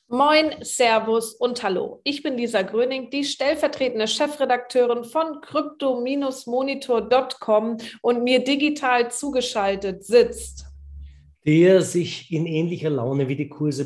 Moin, Servus und Hallo. Ich bin Lisa Gröning, die stellvertretende Chefredakteurin von crypto-monitor.com und mir digital zugeschaltet sitzt. Der sich in ähnlicher Laune wie die Kurse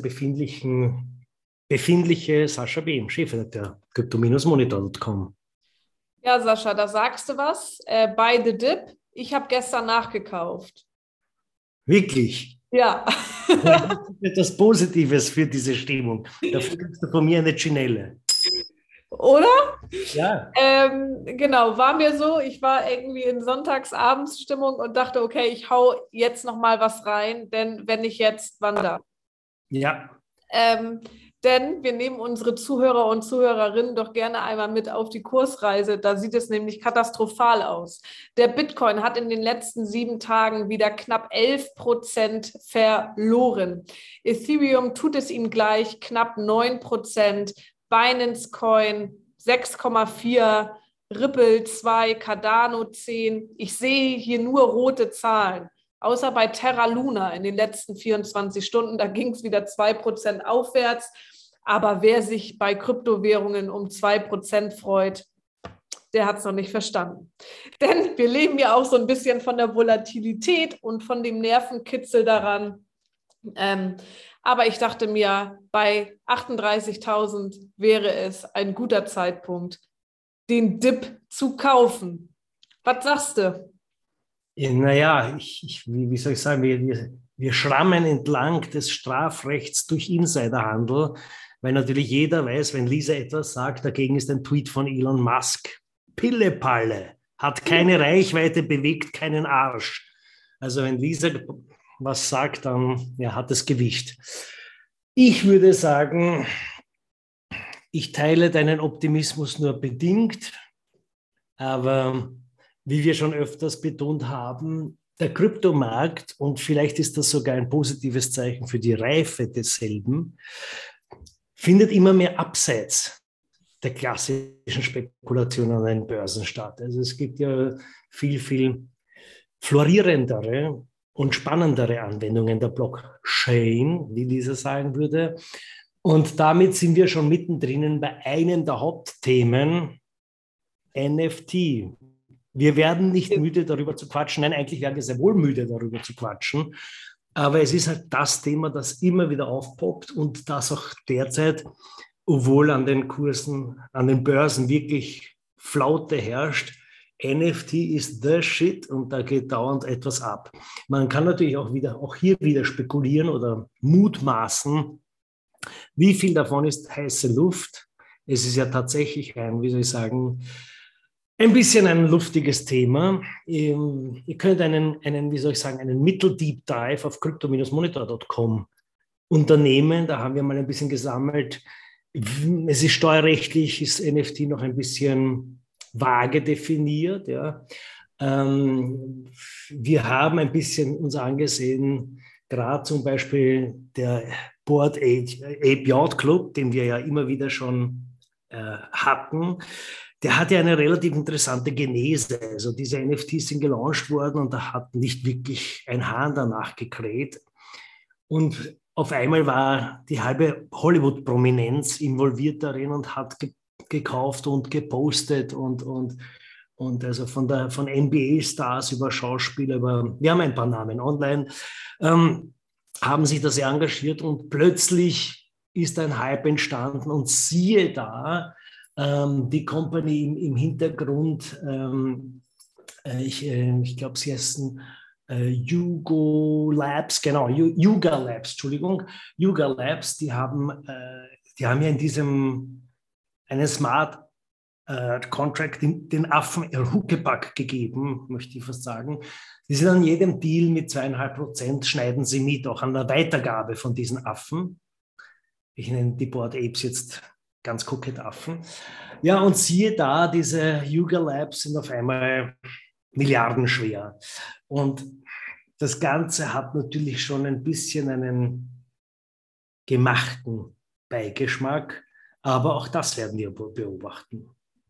befindliche Sascha Behm, Chefredakteur crypto-monitor.com. Ja, Sascha, da sagst du was. Buy the dip. Ich habe gestern nachgekauft. Wirklich. Ja. Ja, das ist etwas Positives für diese Stimmung. Dafür kriegst du von mir eine Chinelle. Oder? Ja, Genau, war mir so. Ich war irgendwie in Sonntagsabendsstimmung und dachte, okay, ich hau jetzt noch mal was rein, denn wenn nicht jetzt, wann dann? ja. Ähm, denn wir nehmen unsere Zuhörer und Zuhörerinnen doch gerne einmal mit auf die Kursreise. Da sieht es nämlich katastrophal aus. Der Bitcoin hat in den letzten 7 Tagen wieder knapp 11% verloren. Ethereum tut es ihm gleich, knapp 9%. Binance Coin 6,4%. Ripple 2, Cardano 10. Ich sehe hier nur rote Zahlen. Außer bei Terra Luna in den letzten 24 Stunden, da ging es wieder 2% aufwärts. Aber wer sich bei Kryptowährungen um 2% freut, der hat es noch nicht verstanden. Denn wir leben ja auch so ein bisschen von der Volatilität und von dem Nervenkitzel daran. Aber ich dachte mir, bei 38.000 wäre es ein guter Zeitpunkt, den Dip zu kaufen. Was sagst du? Naja, wie soll ich sagen, wir schrammen entlang des Strafrechts durch Insiderhandel, weil natürlich jeder weiß, wenn Lisa etwas sagt, dagegen ist ein Tweet von Elon Musk. Pillepalle, hat keine Reichweite, bewegt keinen Arsch. Also wenn Lisa was sagt, dann ja, hat es Gewicht. Ich würde sagen, ich teile deinen Optimismus nur bedingt, aber wie wir schon öfters betont haben, der Kryptomarkt, und vielleicht ist das sogar ein positives Zeichen für die Reife desselben, findet immer mehr abseits der klassischen Spekulation an den Börsen statt. Also es gibt ja viel florierendere und spannendere Anwendungen der Blockchain, wie dieser sagen würde. Und damit sind wir schon mittendrin bei einem der Hauptthemen, NFT. Wir werden nicht müde, darüber zu quatschen. Nein, eigentlich werden wir sehr wohl müde, darüber zu quatschen. Aber es ist halt das Thema, das immer wieder aufpoppt und das auch derzeit, obwohl an den Kursen, an den Börsen wirklich Flaute herrscht. NFT ist the shit und da geht dauernd etwas ab. Man kann natürlich auch hier wieder spekulieren oder mutmaßen, wie viel davon ist heiße Luft. Es ist ja tatsächlich wie soll ich sagen, ein bisschen ein luftiges Thema. Ihr könnt wie soll ich sagen, einen Mittel-Deep Dive auf crypto-monitor.com unternehmen. Da haben wir mal ein bisschen gesammelt. Es ist steuerrechtlich, ist NFT noch ein bisschen vage definiert. Ja. Wir haben ein bisschen uns angesehen, gerade zum Beispiel der Board Ape Yacht Club, den wir ja immer wieder schon hatten, der hat ja eine relativ interessante Genese. Also diese NFTs sind gelauncht worden und da hat nicht wirklich ein Hahn danach gekräht. Und auf einmal war die halbe Hollywood-Prominenz involviert darin und hat gekauft und gepostet und also von NBA-Stars über Schauspieler, wir haben ein paar Namen online, haben sich da sehr engagiert und plötzlich ist ein Hype entstanden und siehe da, die Company im Hintergrund, ich glaube, sie heißen Yugo Labs, genau, Yuga Labs, Entschuldigung, Yuga Labs, die haben ja in diesem einen Smart Contract den Affen Huckepack gegeben, möchte ich fast sagen. Die sind an jedem Deal mit 2,5% schneiden sie mit, auch an der Weitergabe von diesen Affen. Ich nenne die Bored Apes jetzt ganz kokett Affen. Ja, und siehe da, diese Yuga Labs sind auf einmal milliardenschwer. Und das Ganze hat natürlich schon ein bisschen einen gemachten Beigeschmack, aber auch das werden wir beobachten.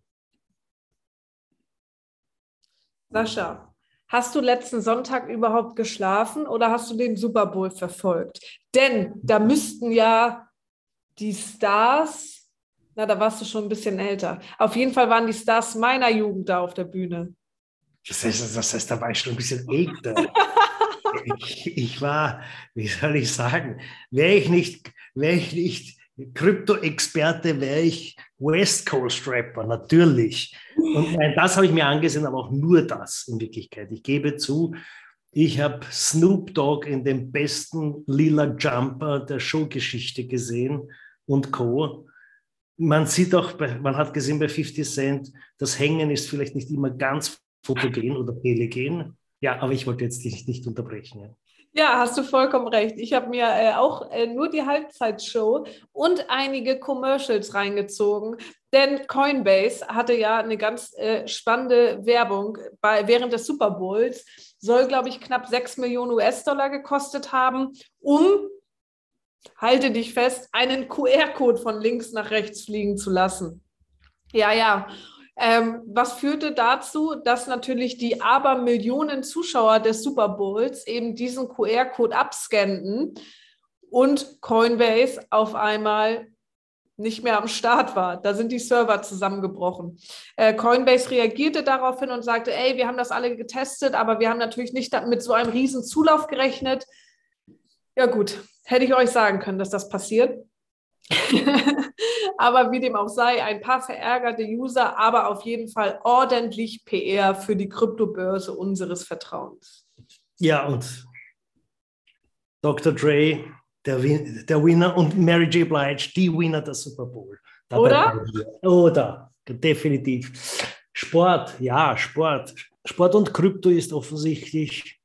Sascha, hast du letzten Sonntag überhaupt geschlafen oder hast du den Super Bowl verfolgt? Denn da müssten ja Die Stars, na, da warst du schon ein bisschen älter. Auf jeden Fall waren die Stars meiner Jugend da auf der Bühne. Das heißt, da war ich schon ein bisschen älter. Ich war, wie soll ich sagen, wäre ich nicht Krypto-Experte, wäre ich West Coast Rapper, natürlich. Und nein, das habe ich mir angesehen, aber auch nur das in Wirklichkeit. Ich gebe zu, ich habe Snoop Dogg in dem besten lila Jumper der Showgeschichte gesehen und Co. Man sieht auch, man hat gesehen bei 50 Cent, das Hängen ist vielleicht nicht immer ganz fotogen oder telegen. Ja, aber ich wollte jetzt dich nicht unterbrechen. Ja. Ja, hast du vollkommen recht. Ich habe mir auch nur die Halbzeitshow und einige Commercials reingezogen, denn Coinbase hatte ja eine ganz spannende Werbung während des Super Bowls. Soll, glaube ich, knapp 6 Millionen US-Dollar gekostet haben, um, halte dich fest, einen QR-Code von links nach rechts fliegen zu lassen. Ja, ja. Was führte dazu, dass natürlich die Abermillionen Zuschauer des Super Bowls eben diesen QR-Code abscannten und Coinbase auf einmal nicht mehr am Start war. Da sind die Server zusammengebrochen. Coinbase reagierte daraufhin und sagte, ey, wir haben das alle getestet, aber wir haben natürlich nicht mit so einem riesen Zulauf gerechnet. Ja gut, hätte ich euch sagen können, dass das passiert. Aber wie dem auch sei, ein paar verärgerte User, aber auf jeden Fall ordentlich PR für die Kryptobörse unseres Vertrauens. Ja, und Dr. Dre, der Winner, und Mary J. Blige, die Winner der Super Bowl. Oder? Oder, definitiv. Sport, ja, Sport. Sport und Krypto ist offensichtlich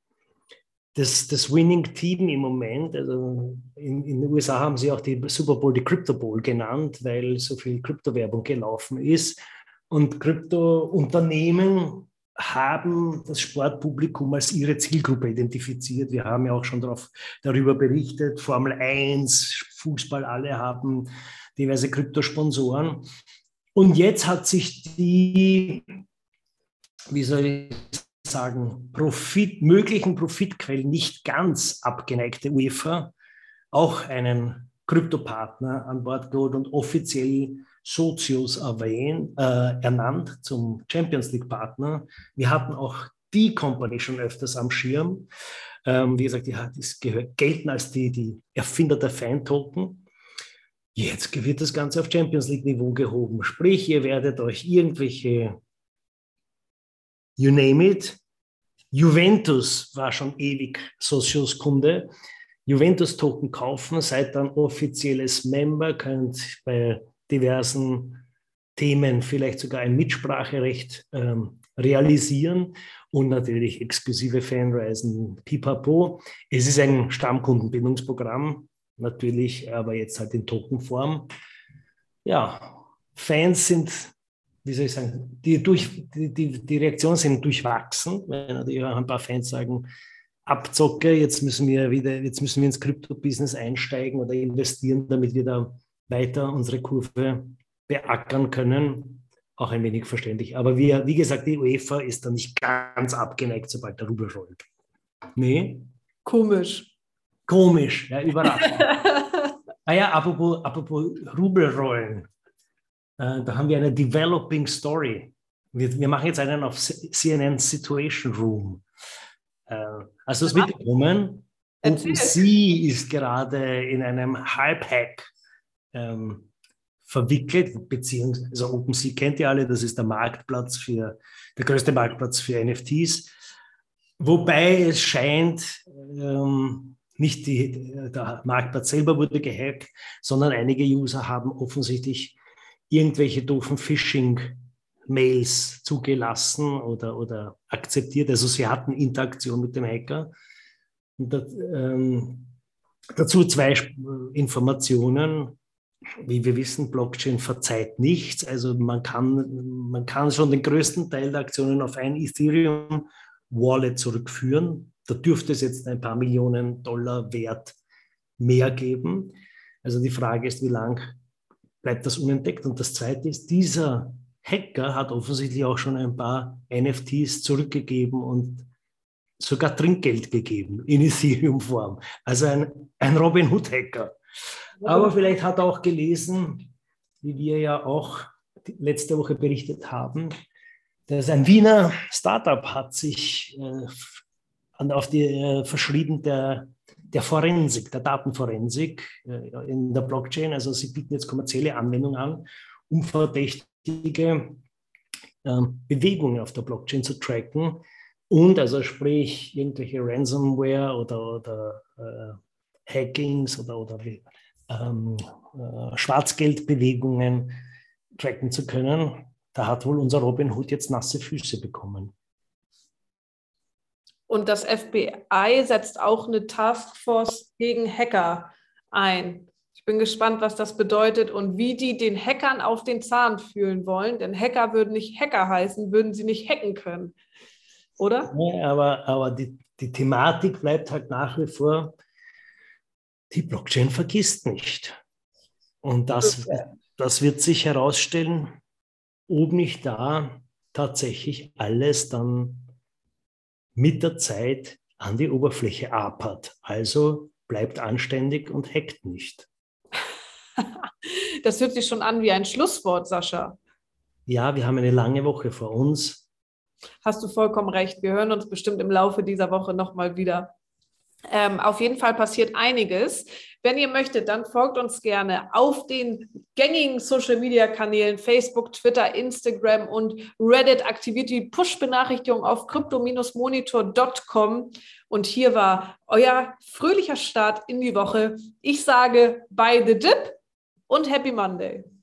das Winning Team im Moment. Also in den USA haben sie auch die Super Bowl die Crypto Bowl genannt, weil so viel Kryptowerbung gelaufen ist. Und Kryptounternehmen haben das Sportpublikum als ihre Zielgruppe identifiziert. Wir haben ja auch schon darüber berichtet. Formel 1, Fußball, alle haben diverse Kryptosponsoren. Und jetzt hat sich die, wie soll ich sagen, möglichen Profitquellen nicht ganz abgeneigte UEFA auch einen Kryptopartner an Bord geholt und offiziell Sozius ernannt zum Champions League Partner. Wir hatten auch die Company schon öfters am Schirm. Wie gesagt, gelten als die Erfinder der Fan-Token. Jetzt wird das Ganze auf Champions League Niveau gehoben. Sprich, ihr werdet euch irgendwelche, you name it, Juventus war schon ewig Socios Kunde, Juventus-Token kaufen, seid dann offizielles Member, könnt bei diversen Themen vielleicht sogar ein Mitspracherecht realisieren und natürlich exklusive Fanreisen, pipapo. Es ist ein Stammkundenbindungsprogramm, natürlich, aber jetzt halt in Tokenform. Ja, Fans sind, wie soll ich sagen, die Reaktionen sind durchwachsen, weil natürlich auch ein paar Fans sagen, Abzocke, jetzt müssen wir ins Krypto-Business einsteigen oder investieren, damit wir da weiter unsere Kurve beackern können. Auch ein wenig verständlich. Aber wie gesagt, die UEFA ist da nicht ganz abgeneigt, sobald der Rubel rollt. Nee? Komisch. Komisch, ja, überraschend. Ja, apropos Rubelrollen. Da haben wir eine Developing Story. Wir machen jetzt einen auf CNN Situation Room. Hast du es mitbekommen? OpenSea ist gerade in einem Halbhack verwickelt, beziehungsweise also OpenSea kennt ihr alle, das ist der größte Marktplatz für NFTs. Wobei es scheint, nicht der Marktplatz selber wurde gehackt, sondern einige User haben offensichtlich irgendwelche doofen Phishing-Mails zugelassen oder akzeptiert. Also sie hatten Interaktion mit dem Hacker. Und dazu zwei Informationen. Wie wir wissen, Blockchain verzeiht nichts. Also man kann schon den größten Teil der Aktionen auf ein Ethereum-Wallet zurückführen. Da dürfte es jetzt ein paar Millionen Dollar Wert mehr geben. Also die Frage ist, wie lang bleibt das unentdeckt? Und das Zweite ist, dieser Hacker hat offensichtlich auch schon ein paar NFTs zurückgegeben und sogar Trinkgeld gegeben in Ethereum-Form. Also ein Robin Hood-Hacker. Aber vielleicht hat er auch gelesen, wie wir ja auch letzte Woche berichtet haben, dass ein Wiener Startup hat sich auf die verschrieben der Forensik, der Datenforensik in der Blockchain. Also sie bieten jetzt kommerzielle Anwendungen an, um verdächtige Bewegungen auf der Blockchain zu tracken und also sprich irgendwelche Ransomware oder Hackings oder Schwarzgeldbewegungen tracken zu können. Da hat wohl unser Robinhood jetzt nasse Füße bekommen. Und das FBI setzt auch eine Taskforce gegen Hacker ein. Ich bin gespannt, was das bedeutet und wie die den Hackern auf den Zahn fühlen wollen. Denn Hacker würden nicht Hacker heißen, würden sie nicht hacken können. Oder? Ja, aber die Thematik bleibt halt nach wie vor, die Blockchain vergisst nicht. Und das wird sich herausstellen, ob nicht da tatsächlich alles dann mit der Zeit an die Oberfläche apert. Also bleibt anständig und hackt nicht. Das hört sich schon an wie ein Schlusswort, Sascha. Ja, wir haben eine lange Woche vor uns. Hast du vollkommen recht. Wir hören uns bestimmt im Laufe dieser Woche nochmal wieder. Auf jeden Fall passiert einiges. Wenn ihr möchtet, dann folgt uns gerne auf den gängigen Social-Media-Kanälen Facebook, Twitter, Instagram und Reddit. Aktiviert die Push-Benachrichtigung auf crypto-monitor.com. Und hier war euer fröhlicher Start in die Woche. Ich sage bye the dip und Happy Monday.